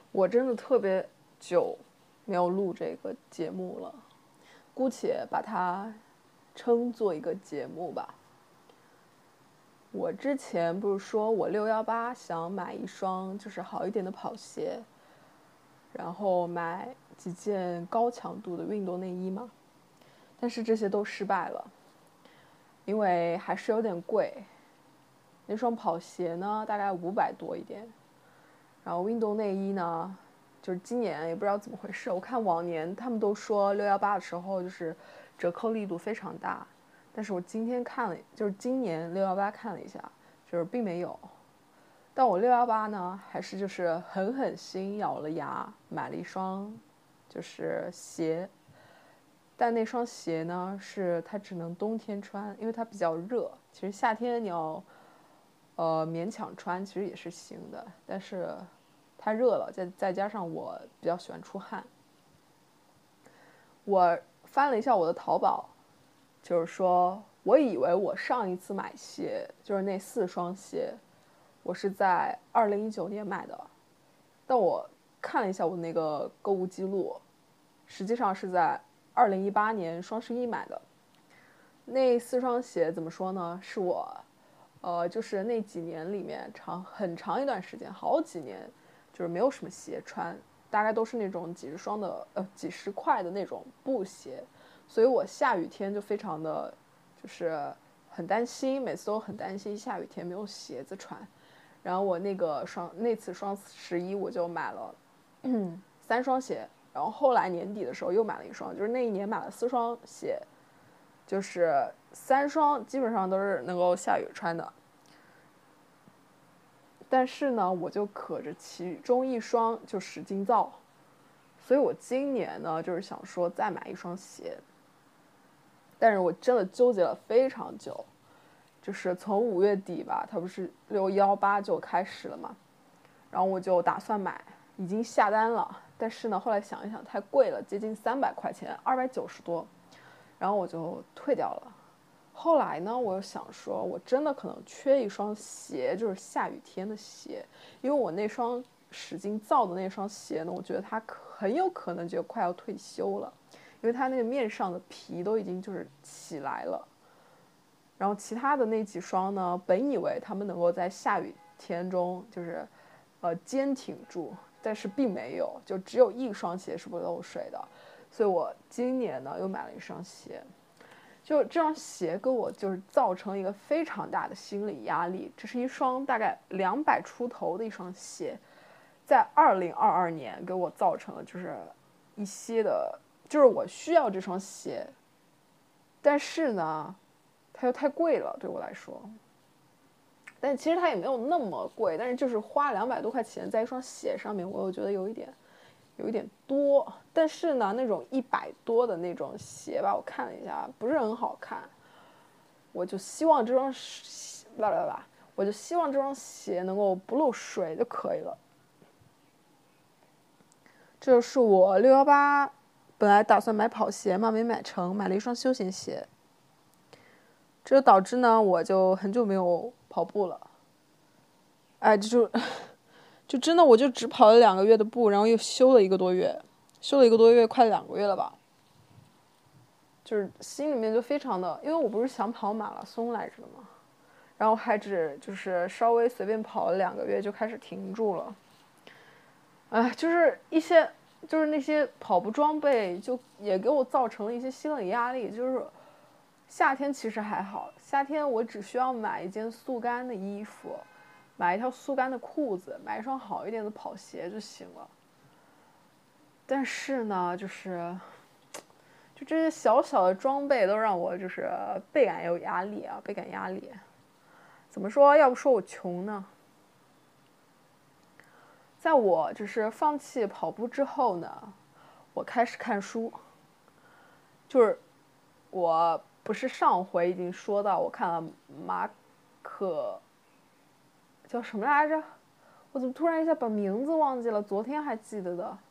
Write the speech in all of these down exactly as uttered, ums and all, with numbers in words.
我真的特别久没有录这个节目了，姑且把它称作一个节目吧。我之前不是说我六幺八想买一双就是好一点的跑鞋，然后买几件高强度的运动内衣吗？但是这些都失败了，因为还是有点贵。那双跑鞋呢，大概五百多一点，然后运动内衣呢，就是今年也不知道怎么回事，我看往年他们都说六幺八的时候就是折扣力度非常大，但是我今天看了，就是今年六幺八看了一下，就是并没有。但我六幺八呢，还是就是狠狠心咬了牙买了一双，就是鞋。但那双鞋呢，是它只能冬天穿，因为它比较热。其实夏天你要，呃，勉强穿其实也是行的，但是太热了，再再加上我比较喜欢出汗。我翻了一下我的淘宝，就是说我以为我上一次买鞋就是那四双鞋，我是在二零一九年买的，但我看了一下我那个购物记录，实际上是在二零一八年双十一买的。那四双鞋怎么说呢？是我，呃，就是那几年里面长很长一段时间，好几年，就是没有什么鞋穿，大概都是那种几十双的，呃，几十块的那种布鞋，所以我下雨天就非常的，就是很担心，每次都很担心下雨天没有鞋子穿。然后我那个双那次双十一我就买了，嗯，三双鞋，然后后来年底的时候又买了一双，就是那一年买了四双鞋，就是三双基本上都是能够下雨穿的。但是呢，我就可着其中一双就使劲造，所以我今年呢就是想说再买一双鞋，但是我真的纠结了非常久，就是从五月底吧，它不是六幺八就开始了嘛，然后我就打算买，已经下单了，但是呢后来想一想太贵了，接近三百块钱，二百九十多，然后我就退掉了。后来呢，我又想说，我真的可能缺一双鞋，就是下雨天的鞋，因为我那双使劲造的那双鞋呢，我觉得它很有可能就快要退休了，因为它那个面上的皮都已经就是起来了。然后其他的那几双呢，本以为他们能够在下雨天中就是呃坚挺住，但是并没有，就只有一双鞋是不漏水的。所以我今年呢又买了一双鞋，就这双鞋给我就是造成一个非常大的心理压力。这是一双大概两百出头的一双鞋，在二零二二年给我造成了就是一些的，就是我需要这双鞋，但是呢，它又太贵了对我来说。但其实它也没有那么贵，但是就是花两百多块钱在一双鞋上面，我又觉得有一点有一点多。但是呢，那种一百多的那种鞋吧，我看了一下，不是很好看。我就希望这双啦啦啦，我就希望这双鞋能够不漏水就可以了。这就是我六幺八本来打算买跑鞋嘛，没买成，买了一双休闲鞋。这就导致呢，我就很久没有跑步了。哎，这就就真的我就只跑了两个月的步，然后又休了一个多月，休了一个多月，快两个月了吧。就是心里面就非常的，因为我不是想跑马拉松来着的嘛，然后还只就是稍微随便跑了两个月就开始停住了。哎，就是一些就是那些跑步装备就也给我造成了一些心理压力。就是夏天其实还好，夏天我只需要买一件速干的衣服，买一条速干的裤子，买一双好一点的跑鞋就行了。但是呢，就是就这些小小的装备都让我就是倍感有压力啊，倍感压力。怎么说？要不说我穷呢？在我就是放弃跑步之后呢，我开始看书。就是我不是上回已经说到，我看了马可叫什么来着？我怎么突然一下把名字忘记了？昨天还记得的。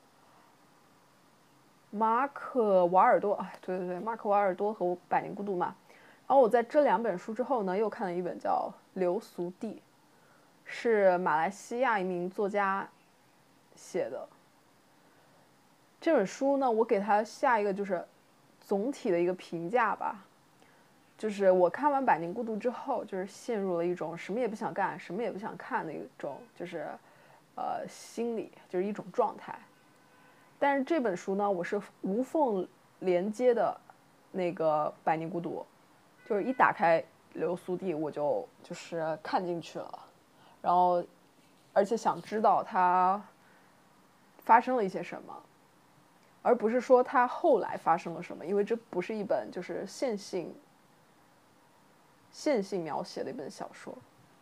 马可瓦尔多，哎，对对对，马可瓦尔多和《我百年孤独》嘛。然后我在这两本书之后呢，又看了一本叫《流俗地》，是马来西亚一名作家写的。这本书呢，我给它下一个就是总体的一个评价吧，就是我看完《百年孤独》之后，就是陷入了一种什么也不想干、什么也不想看的一种，就是呃心理，就是一种状态。但是这本书呢，我是无缝连接的那个《百年孤独》，就是一打开流苏地，我就就是看进去了，然后而且想知道它发生了一些什么。而不是说它后来发生了什么，因为这不是一本就是线性线性描写的一本小说。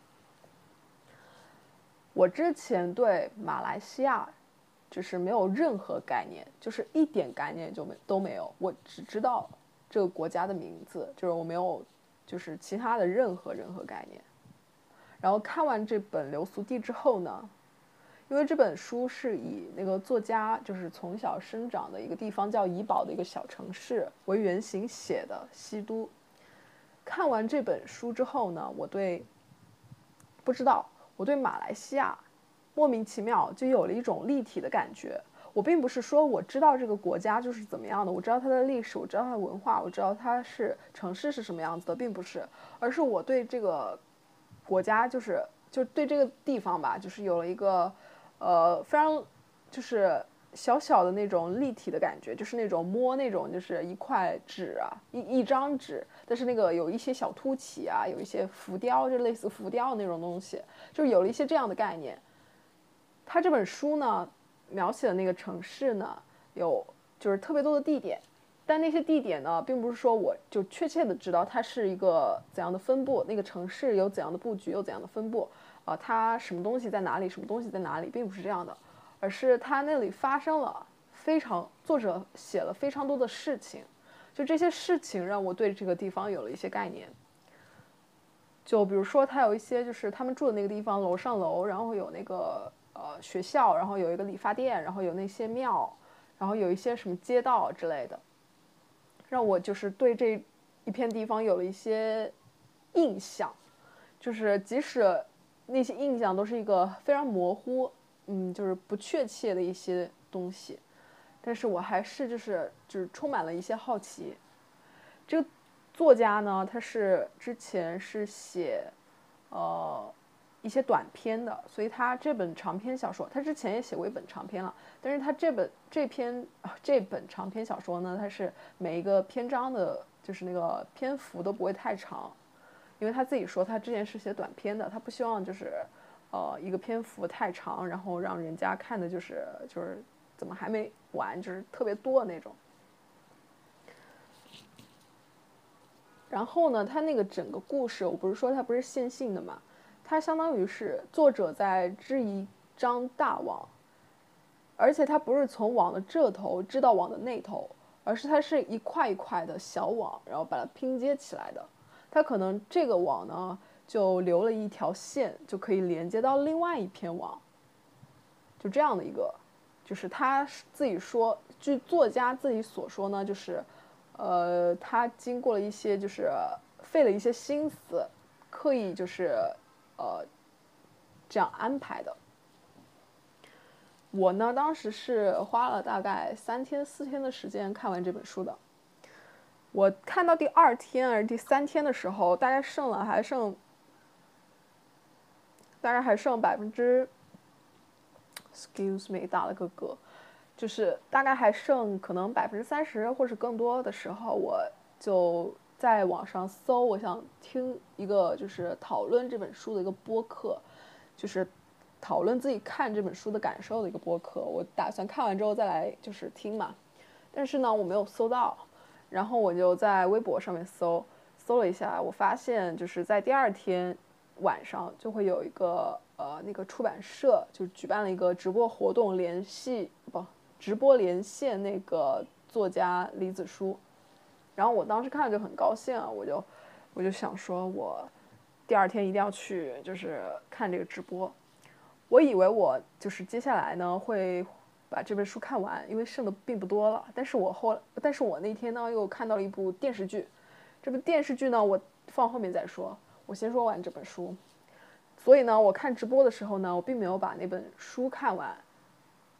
我之前对马来西亚就是没有任何概念，就是一点概念就没都没有，我只知道这个国家的名字，就是我没有就是其他的任何任何概念。然后看完这本《流苏地》之后呢，因为这本书是以那个作家就是从小生长的一个地方叫怡保的一个小城市为原型写的西都。看完这本书之后呢，我对不知道我对马来西亚莫名其妙就有了一种立体的感觉。我并不是说我知道这个国家就是怎么样的，我知道它的历史，我知道它的文化，我知道它是城市是什么样子的，并不是，而是我对这个国家就是就对这个地方吧，就是有了一个呃非常就是小小的那种立体的感觉，就是那种摸那种就是一块纸啊，一一张纸，但是那个有一些小凸起啊，有一些浮雕，就类似浮雕那种东西，就是有了一些这样的概念。他这本书呢，描写的那个城市呢，有就是特别多的地点，但那些地点呢，并不是说我就确切的知道它是一个怎样的分布，那个城市有怎样的布局，有怎样的分布，啊、呃，它什么东西在哪里，什么东西在哪里，并不是这样的，而是它那里发生了非常，作者写了非常多的事情，就这些事情让我对这个地方有了一些概念。就比如说，他有一些就是他们住的那个地方，楼上楼，然后有那个呃学校，然后有一个理发店，然后有那些庙，然后有一些什么街道之类的，让我就是对这一片地方有了一些印象，就是即使那些印象都是一个非常模糊，嗯，就是不确切的一些东西，但是我还是就是就是充满了一些好奇。这个作家呢，他是之前是写呃一些短篇的，所以他这本长篇小说，他之前也写过一本长篇了，但是他这本这篇这本长篇小说呢，它是每一个篇章的，就是那个篇幅都不会太长，因为他自己说他之前是写短篇的，他不希望就是呃一个篇幅太长，然后让人家看的就是就是怎么还没完，就是特别多的那种。然后呢，他那个整个故事，我不是说它不是线性的嘛，它相当于是作者在织一张大网，而且它不是从网的这头织到网的那头，而是它是一块一块的小网，然后把它拼接起来的。它可能这个网呢就留了一条线，就可以连接到另外一篇网，就这样的一个，就是他自己说，据作家自己所说呢，就是。呃，他经过了一些，就是费了一些心思，刻意就是呃这样安排的。我呢，当时是花了大概三天四天的时间看完这本书的。我看到第二天还是第三天的时候，大概剩了还剩，大概还剩百分之 ，excuse me， 打了个嗝。就是大概还剩可能百分之三十或是更多的时候，我就在网上搜，我想听一个就是讨论这本书的一个播客，就是讨论自己看这本书的感受的一个播客。我打算看完之后再来就是听嘛，但是呢我没有搜到，然后我就在微博上面搜，搜了一下，我发现就是在第二天晚上就会有一个呃那个出版社就举办了一个直播活动，联系不。直播连线那个作家李子书，然后我当时看了就很高兴啊，我就我就想说，我第二天一定要去，就是看这个直播。我以为我就是接下来呢会把这本书看完，因为剩的并不多了。但是我后，但是我那天呢又看到了一部电视剧，这部电视剧呢我放后面再说，我先说完这本书。所以呢，我看直播的时候呢，我并没有把那本书看完。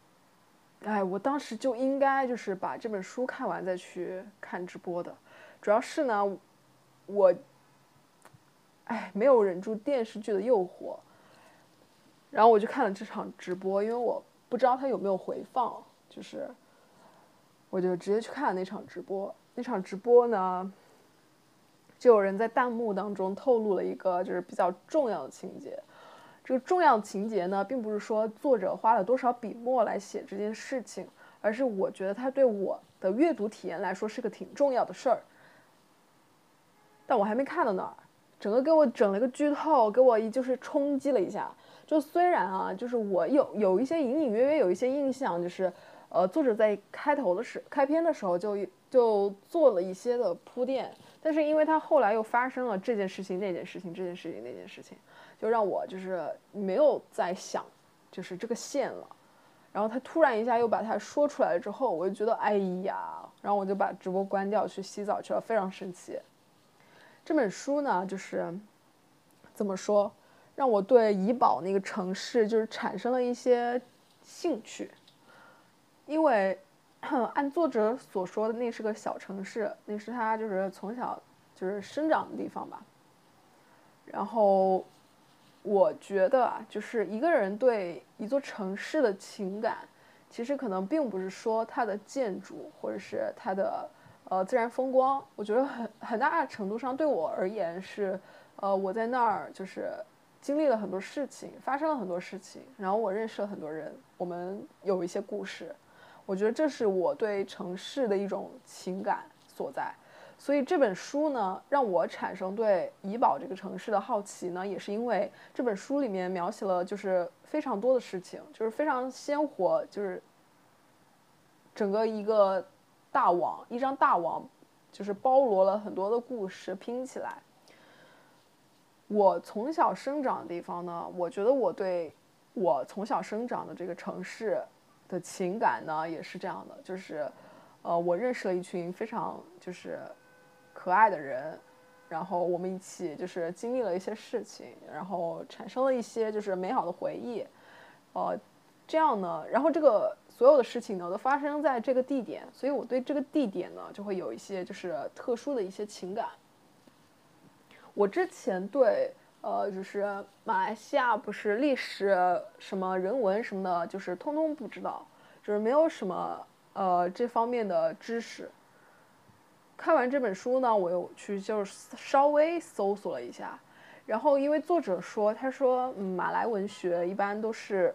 哎，我当时就应该就是把这本书看完再去看直播的，主要是呢，我，哎，没有忍住电视剧的诱惑，然后我就看了这场直播，因为我不知道它有没有回放，就是我就直接去看了那场直播。那场直播呢，就有人在弹幕当中透露了一个就是比较重要的情节。这个重要的情节呢，并不是说作者花了多少笔墨来写这件事情，而是我觉得它对我的阅读体验来说是个挺重要的事儿。但我还没看到那儿，整个给我整了个剧透，给我一就是冲击了一下。就虽然啊，就是我有有一些隐隐约约有一些印象，就是呃，作者在开头的时开篇的时候就就做了一些的铺垫，但是因为他后来又发生了这件事情、那件事情、这件事情、那件事情，就让我就是没有再想就是这个线了。然后他突然一下又把它说出来了之后，我就觉得哎呀，然后我就把直播关掉去洗澡去了，非常生气。这本书呢，就是怎么说，让我对怡保那个城市就是产生了一些兴趣，因为按作者所说的，那是个小城市，那是他就是从小就是生长的地方吧。然后我觉得啊，就是一个人对一座城市的情感，其实可能并不是说它的建筑或者是它的呃自然风光，我觉得很很大程度上对我而言是，呃我在那儿就是经历了很多事情，发生了很多事情，然后我认识了很多人，我们有一些故事，我觉得这是我对城市的一种情感所在。所以这本书呢，让我产生对怡保这个城市的好奇呢，也是因为这本书里面描写了就是非常多的事情，就是非常鲜活，就是整个一个大网，一张大网，就是包罗了很多的故事拼起来。我从小生长的地方呢，我觉得我对我从小生长的这个城市的情感呢，也是这样的，就是，呃，我认识了一群非常就是可爱的人，然后我们一起就是经历了一些事情，然后产生了一些就是美好的回忆，呃，这样呢，然后这个所有的事情呢都发生在这个地点，所以我对这个地点呢就会有一些就是特殊的一些情感。我之前对呃，就是马来西亚不是历史什么人文什么的，就是通通不知道，就是没有什么呃这方面的知识。看完这本书呢，我又去就是稍微搜索了一下，然后因为作者说，他说，嗯，马来文学一般都是，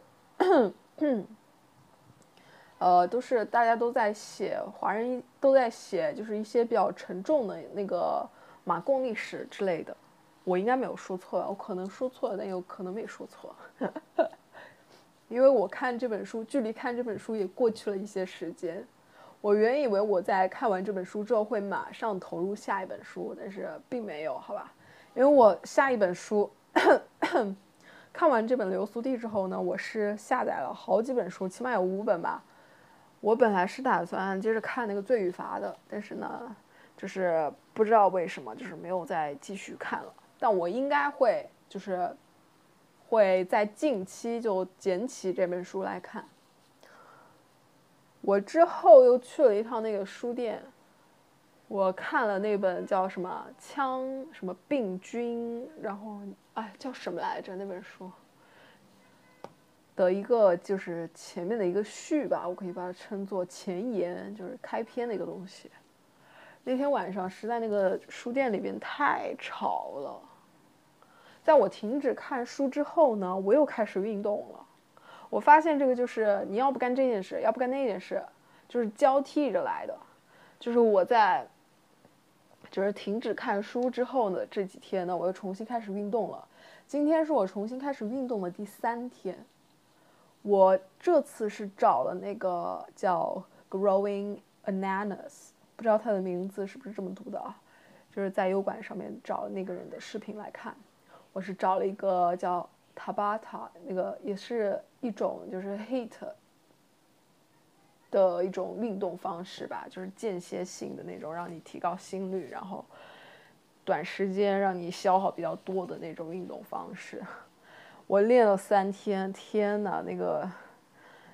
呃，都是大家都在写，华人都在写，就是一些比较沉重的那个马贡历史之类的。我应该没有说错，我可能说错了，但有可能没说错，因为我看这本书，距离看这本书也过去了一些时间。我原以为我在看完这本书之后会马上投入下一本书，但是并没有，好吧？因为我下一本书看完这本《流苏地》之后呢，我是下载了好几本书，起码有五本吧。我本来是打算接着看那个《罪与罚》的，但是呢，就是不知道为什么，就是没有再继续看了。但我应该会，就是会在近期就捡起这本书来看。我之后又去了一趟那个书店，我看了那本叫什么枪什么病菌，然后哎叫什么来着那本书的一个就是前面的一个序吧，我可以把它称作前言，就是开篇的一个东西。那天晚上实在那个书店里边太吵了，在我停止看书之后呢，我又开始运动了。我发现这个就是你要不干这件事，要不干那件事，就是交替着来的。就是我在就是停止看书之后呢，这几天呢，我又重新开始运动了。今天是我重新开始运动的第三天。我这次是找了那个叫 Growing Ananas， 不知道他的名字是不是这么读的啊？就是在油管上面找那个人的视频来看。我是找了一个叫 Tabata， 那个也是一种就是 H I I T 的一种运动方式吧，就是间歇性的那种，让你提高心率，然后短时间让你消耗比较多的那种运动方式。我练了三天，天哪，那个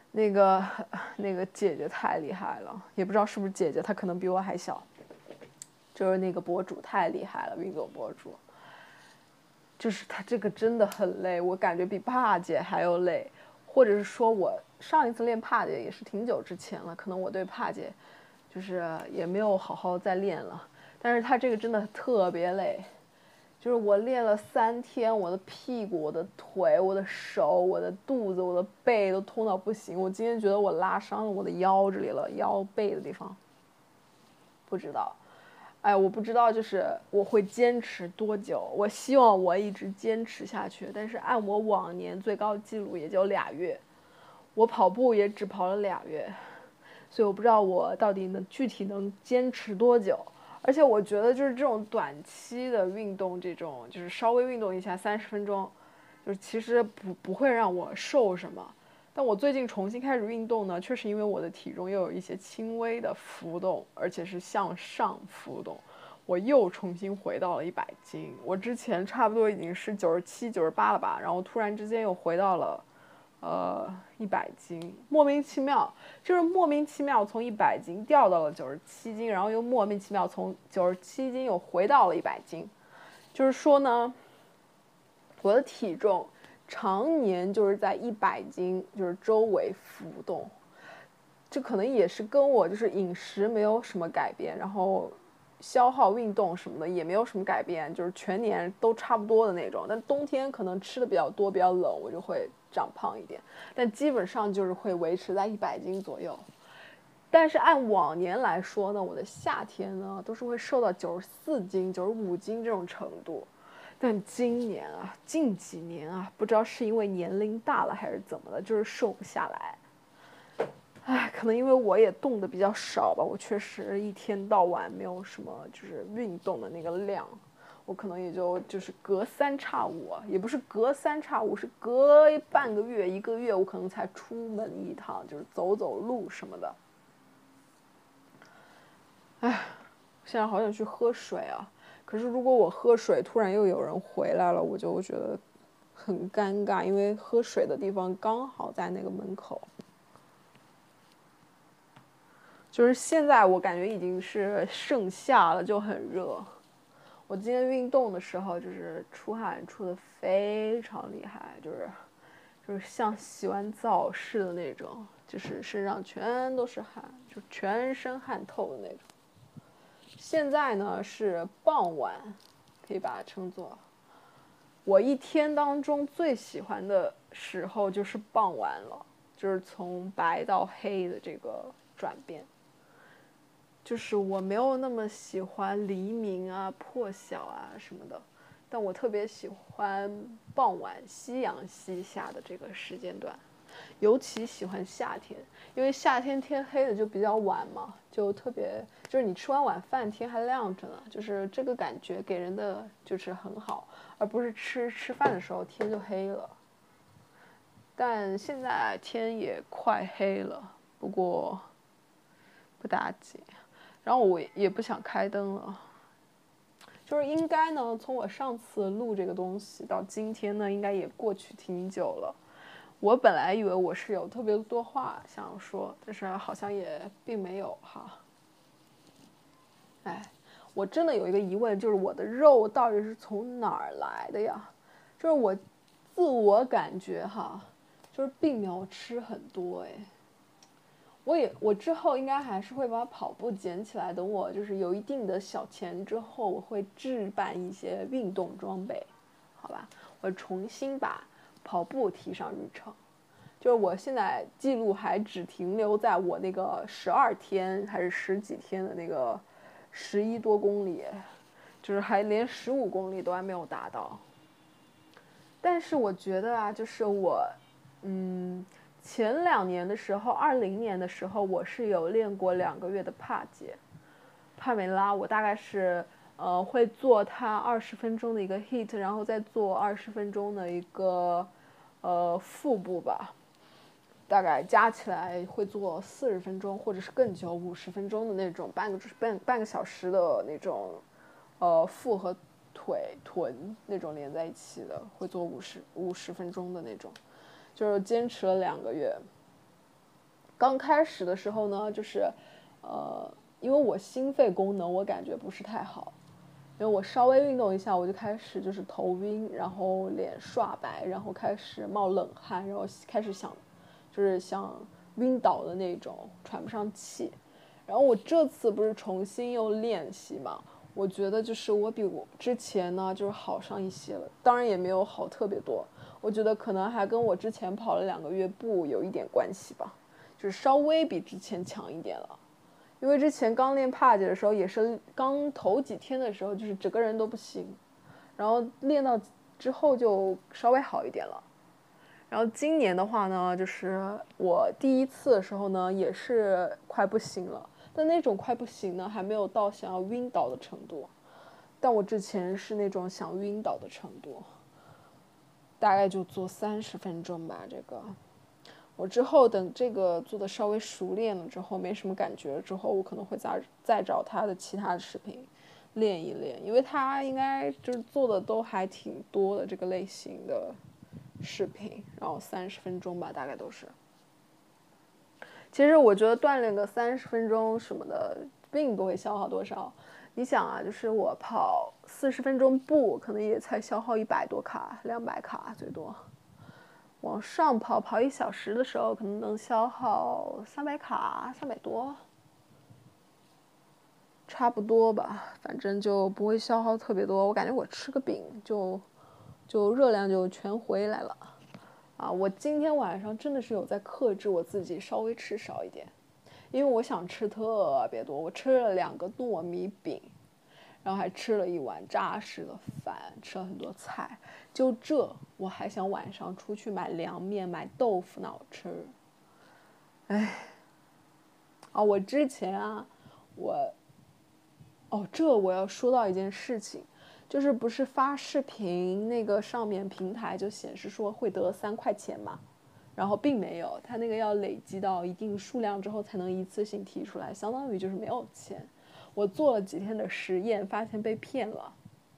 那个那个姐姐太厉害了，也不知道是不是姐姐，她可能比我还小。就是那个博主太厉害了，运动博主，就是她这个真的很累，我感觉比帕姐还要累，或者是说我上一次练帕姐也是挺久之前了，可能我对帕姐就是也没有好好再练了，但是她这个真的特别累。就是我练了三天，我的屁股、我的腿、我的手、我的肚子、我的背都痛到不行。我今天觉得我拉伤了我的腰这里了，腰背的地方。不知道，哎，我不知道，就是我会坚持多久。我希望我一直坚持下去，但是按我往年最高记录也就俩月，我跑步也只跑了俩月，所以我不知道我到底能具体能坚持多久。而且我觉得就是这种短期的运动，这种就是稍微运动一下三十分钟，就是其实不不会让我瘦什么。但我最近重新开始运动呢，确实因为我的体重又有一些轻微的浮动，而且是向上浮动，我又重新回到了一百斤。我之前差不多已经是九十七、九十八了吧，然后突然之间又回到了。呃，一百斤，莫名其妙，就是莫名其妙从一百斤掉到了九十七斤，然后又莫名其妙从九十七斤又回到了一百斤，就是说呢，我的体重常年就是在一百斤就是周围浮动，这可能也是跟我就是饮食没有什么改变，然后消耗运动什么的也没有什么改变，就是全年都差不多的那种。但冬天可能吃的比较多，比较冷，我就会长胖一点，但基本上就是会维持在一百斤左右。但是按往年来说呢，我的夏天呢都是会瘦到九十四斤、九十五斤这种程度。但今年啊，近几年啊，不知道是因为年龄大了还是怎么了，就是瘦不下来。唉，可能因为我也动的比较少吧，我确实一天到晚没有什么就是运动的那个量，我可能也就就是隔三差五，也不是隔三差五，是隔半个月一个月，我可能才出门一趟，就是走走路什么的。唉，现在好想去喝水啊！可是如果我喝水，突然又有人回来了，我就觉得很尴尬，因为喝水的地方刚好在那个门口。就是现在我感觉已经是盛夏了，就很热。我今天运动的时候，就是出汗出的非常厉害，就是就是像洗完澡似的那种，就是身上全都是汗，就全身汗透的那种。现在呢是傍晚，可以把它称作我一天当中最喜欢的时候就是傍晚了，就是从白到黑的这个转变。就是我没有那么喜欢黎明啊、破晓啊什么的，但我特别喜欢傍晚夕阳西下的这个时间段，尤其喜欢夏天，因为夏天天黑的就比较晚嘛，就特别就是你吃完晚饭天还亮着呢，就是这个感觉给人的就是很好，而不是吃吃饭的时候天就黑了。但现在天也快黑了，不过不打紧。然后我也不想开灯了，就是应该呢，从我上次录这个东西到今天呢，应该也过去挺久了。我本来以为我是有特别多话想要说，但是好像也并没有哈。哎，我真的有一个疑问，就是我的肉到底是从哪儿来的呀？就是我自我感觉哈，就是并没有吃很多哎。我也我之后应该还是会把跑步捡起来，等我就是有一定的小钱之后，我会置办一些运动装备，好吧？我重新把跑步提上日程。就是我现在记录还只停留在我那个十二天还是十几天的那个十一多公里，就是还连十五公里都还没有达到。但是我觉得啊，就是我，嗯。前两年的时候，二零年的时候，我是有练过两个月的帕姐，帕梅拉。我大概是呃会做它二十分钟的一个 hit， 然后再做二十分钟的一个呃腹部吧，大概加起来会做四十分钟或者是更久，五十分钟的那种，半个半半个小时的那种，呃腹和腿臀那种连在一起的，会做五十五十分钟的那种。就是坚持了两个月， 刚开始的时候呢，就是呃，因为我心肺功能我感觉不是太好，因为我稍微运动一下，我就开始就是头晕，然后脸刷白，然后开始冒冷汗，然后开始想，就是想晕倒的那种，喘不上气。然后我这次不是重新又练习嘛，我觉得就是我比我之前呢就是好上一些了，当然也没有好特别多，我觉得可能还跟我之前跑了两个月步有一点关系吧，就是稍微比之前强一点了。因为之前刚练帕姐的时候，也是刚头几天的时候，就是整个人都不行，然后练到之后就稍微好一点了。然后今年的话呢，就是我第一次的时候呢，也是快不行了，但那种快不行呢，还没有到想要晕倒的程度。但我之前是那种想晕倒的程度，大概就做三十分钟吧，这个。我之后等这个做的稍微熟练了之后，没什么感觉了之后，我可能会再再找他的其他的视频练一练，因为他应该就是做的都还挺多的这个类型的视频，然后三十分钟吧，大概都是。其实我觉得锻炼个三十分钟什么的，并不会消耗多少。你想啊，就是我跑四十分钟步，可能也才消耗一百多卡、两百卡最多。往上跑，跑一小时的时候，可能能消耗三百卡，三百多，差不多吧。反正就不会消耗特别多。我感觉我吃个饼就，就热量就全回来了。啊，我今天晚上真的是有在克制我自己，稍微吃少一点，因为我想吃特别多。我吃了两个糯米饼，然后还吃了一碗扎实的饭，吃了很多菜。就这，我还想晚上出去买凉面、买豆腐脑吃。哎，啊，我之前啊，我，哦，这我要说到一件事情，就是不是发视频那个上面平台就显示说会得三块钱嘛，然后并没有，它那个要累积到一定数量之后才能一次性提出来，相当于就是没有钱。我做了几天的实验，发现被骗了。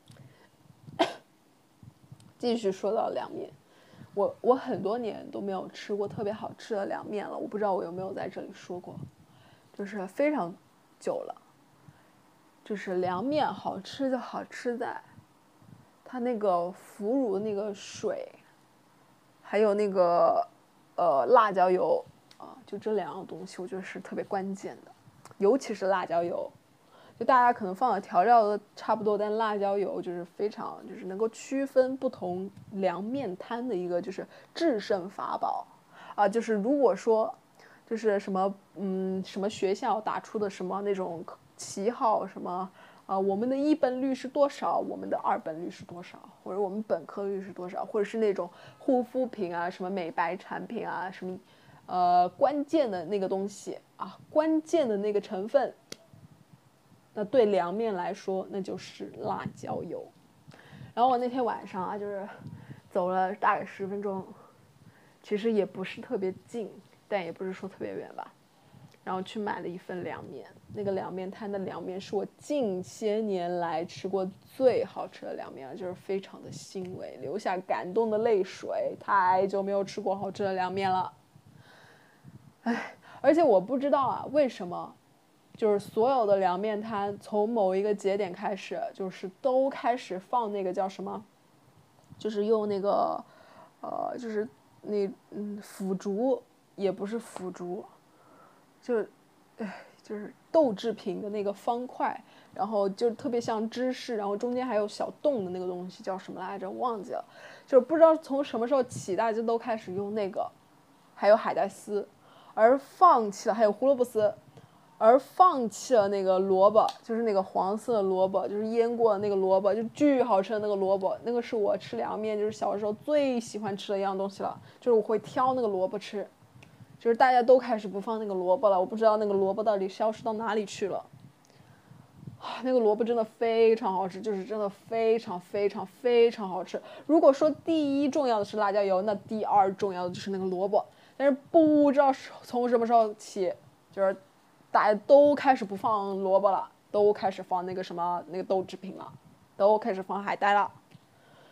继续说到凉面，我我很多年都没有吃过特别好吃的凉面了，我不知道我有没有在这里说过，就是非常久了。就是凉面好吃就好吃在，它那个腐乳的那个水，还有那个呃辣椒油啊，就这两样东西，我觉得是特别关键的，尤其是辣椒油。就大家可能放的调料都差不多，但辣椒油就是非常就是能够区分不同凉面摊的一个就是制胜法宝啊。就是如果说就是什么嗯什么学校打出的什么那种旗号什么啊，我们的一本率是多少，我们的二本率是多少，或者我们本科率是多少，或者是那种护肤品啊什么美白产品啊什么呃关键的那个东西啊，关键的那个成分。那对凉面来说，那就是辣椒油。然后我那天晚上啊，就是走了大概十分钟，其实也不是特别近，但也不是说特别远吧。然后去买了一份凉面，那个凉面摊的凉面是我近些年来吃过最好吃的凉面了，就是非常的欣慰，流下感动的泪水。太久没有吃过好吃的凉面了，哎，而且我不知道啊，为什么？就是所有的凉面摊从某一个节点开始，就是都开始放那个叫什么，就是用那个，呃，就是那嗯腐竹，也不是腐竹，就，哎，就是豆制品的那个方块，然后就特别像芝士，然后中间还有小洞的那个东西叫什么来着？忘记了，就是不知道从什么时候起，大家都开始用那个，还有海带丝，而放弃了还有胡萝卜丝。而放弃了那个萝卜，就是那个黄色的萝卜，就是腌过的那个萝卜，就巨好吃的那个萝卜，那个是我吃凉面就是小时候最喜欢吃的一样东西了，就是我会挑那个萝卜吃，就是大家都开始不放那个萝卜了，我不知道那个萝卜到底消失到哪里去了。那个萝卜真的非常好吃，就是真的非常非常非常好吃。如果说第一重要的是辣椒油，那第二重要的就是那个萝卜。但是不知道从什么时候起，就是大家都开始不放萝卜了，都开始放那个什么那个豆制品了，都开始放海带了。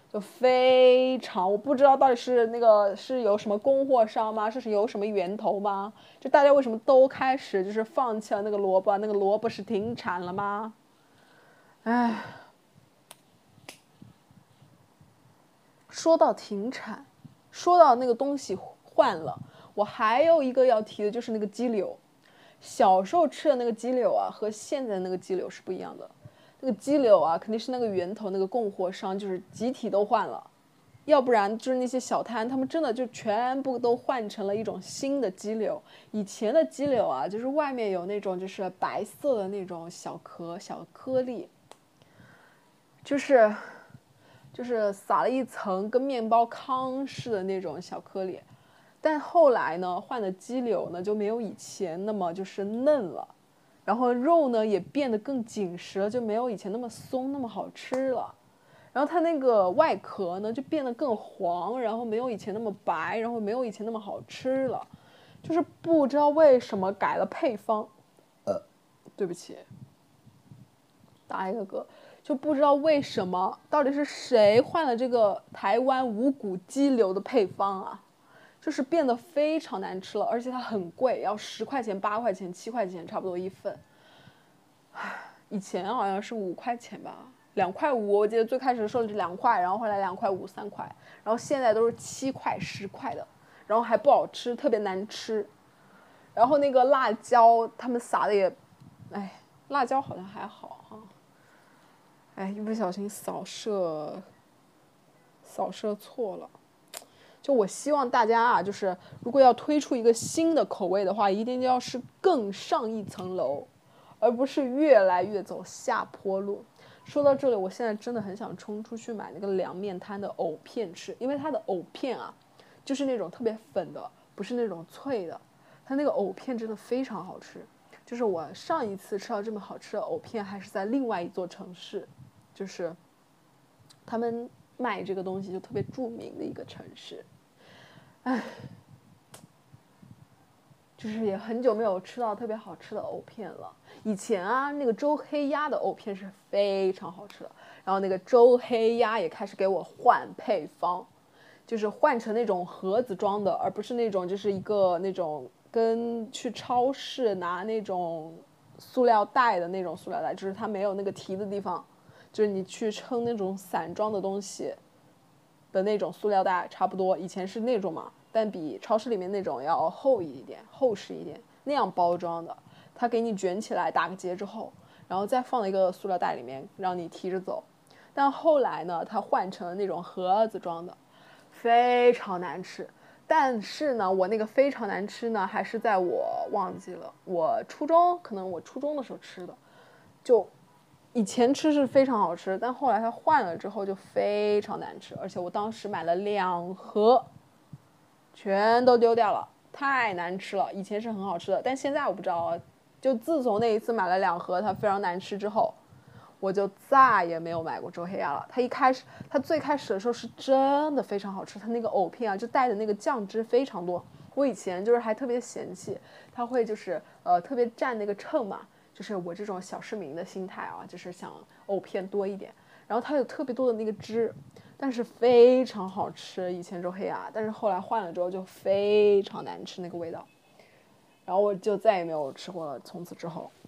就非常，我不知道到底是那个是有什么供货商吗？是有什么源头吗？就大家为什么都开始就是放弃了那个萝卜？那个萝卜是停产了吗？唉，说到停产，说到那个东西换了，我还有一个要提的就是那个鸡柳。小时候吃的那个鸡柳啊，和现在的那个鸡柳是不一样的。那个鸡柳啊，肯定是那个源头那个供货商就是集体都换了，要不然就是那些小摊，他们真的就全部都换成了一种新的鸡柳。以前的鸡柳啊，就是外面有那种就是白色的那种小壳小颗粒，就是就是撒了一层跟面包糠似的那种小颗粒。但后来呢，换的鸡柳呢就没有以前那么就是嫩了，然后肉呢也变得更紧实了，就没有以前那么松那么好吃了。然后它那个外壳呢就变得更黄，然后没有以前那么白，然后没有以前那么好吃了，就是不知道为什么改了配方。呃，对不起，打一个嗝，就不知道为什么，到底是谁换了这个台湾无骨鸡柳的配方啊？就是变得非常难吃了，而且它很贵，要十块钱、八块钱、七块钱，差不多一份。以前好像是五块钱吧，两块五，我记得最开始的时候是两块，然后后来两块五、三块，然后现在都是七块、十块的，然后还不好吃，特别难吃。然后那个辣椒，他们撒的也，哎，辣椒好像还好哈。哎，一不小心扫射，扫射错了。就我希望大家啊，就是如果要推出一个新的口味的话，一定要是更上一层楼，而不是越来越走下坡路。说到这里，我现在真的很想冲出去买那个凉面摊的藕片吃，因为它的藕片啊，就是那种特别粉的，不是那种脆的。它那个藕片真的非常好吃。就是我上一次吃到这么好吃的藕片，还是在另外一座城市，就是他们卖这个东西就特别著名的一个城市。唉，就是也很久没有吃到特别好吃的藕片了。以前啊，那个周黑鸭的藕片是非常好吃的，然后那个周黑鸭也开始给我换配方，就是换成那种盒子装的，而不是那种就是一个那种跟去超市拿那种塑料袋的那种塑料袋，就是它没有那个提的地方，就是你去称那种散装的东西的那种塑料袋差不多。以前是那种嘛，但比超市里面那种要厚一点、厚实一点，那样包装的。它给你卷起来，打个结之后，然后再放一个塑料袋里面，让你提着走。但后来呢，它换成了那种盒子装的，非常难吃。但是呢，我那个非常难吃呢，还是在我忘记了，我初中可能我初中的时候吃的，就以前吃是非常好吃，但后来它换了之后就非常难吃，而且我当时买了两盒，全都丢掉了，太难吃了。以前是很好吃的，但现在我不知道。就自从那一次买了两盒它非常难吃之后，我就再也没有买过周黑鸭了。它一开始，它最开始的时候是真的非常好吃，它那个藕片啊，就带的那个酱汁非常多。我以前就是还特别嫌弃，它会就是呃特别占那个秤嘛，就是我这种小市民的心态啊，就是想藕片多一点。然后它有特别多的那个汁，但是非常好吃。以前周黑鸭，但是后来换了之后就非常难吃那个味道。然后我就再也没有吃过了，从此之后。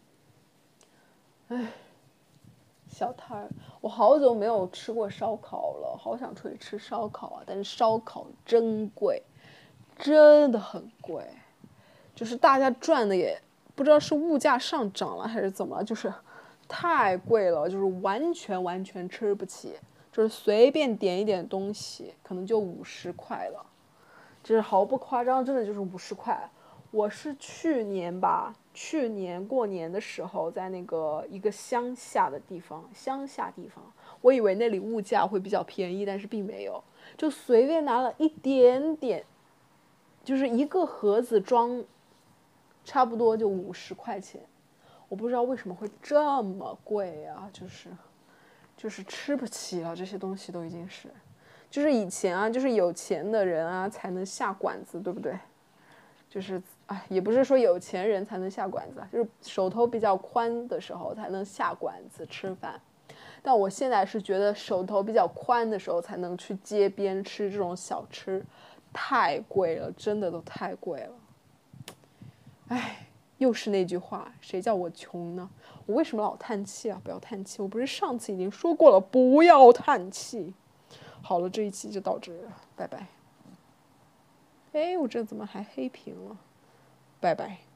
唉，小摊儿，我好久没有吃过烧烤了，好想出去吃烧烤啊！但是烧烤真贵，真的很贵，就是大家赚的也不知道是物价上涨了还是怎么了，就是太贵了，就是完全完全吃不起，就是随便点一点东西可能就五十块了，就是毫不夸张，真的就是五十块。我是去年吧，去年过年的时候，在那个一个乡下的地方，乡下地方，我以为那里物价会比较便宜，但是并没有，就随便拿了一点点，就是一个盒子装，差不多就五十块钱。我不知道为什么会这么贵啊，就是就是吃不起了，这些东西都已经是，就是以前啊，就是有钱的人啊才能下馆子，对不对？就是哎，也不是说有钱人才能下馆子，就是手头比较宽的时候才能下馆子吃饭。 但我现在是觉得手头比较宽的时候才能去街边吃这种小吃，太贵了，真的都太贵了。唉，又是那句话，谁叫我穷呢？我为什么老叹气啊？不要叹气，我不是上次已经说过了，不要叹气。好了，这一期就到这了，拜拜。哎，我这怎么还黑屏了？拜拜。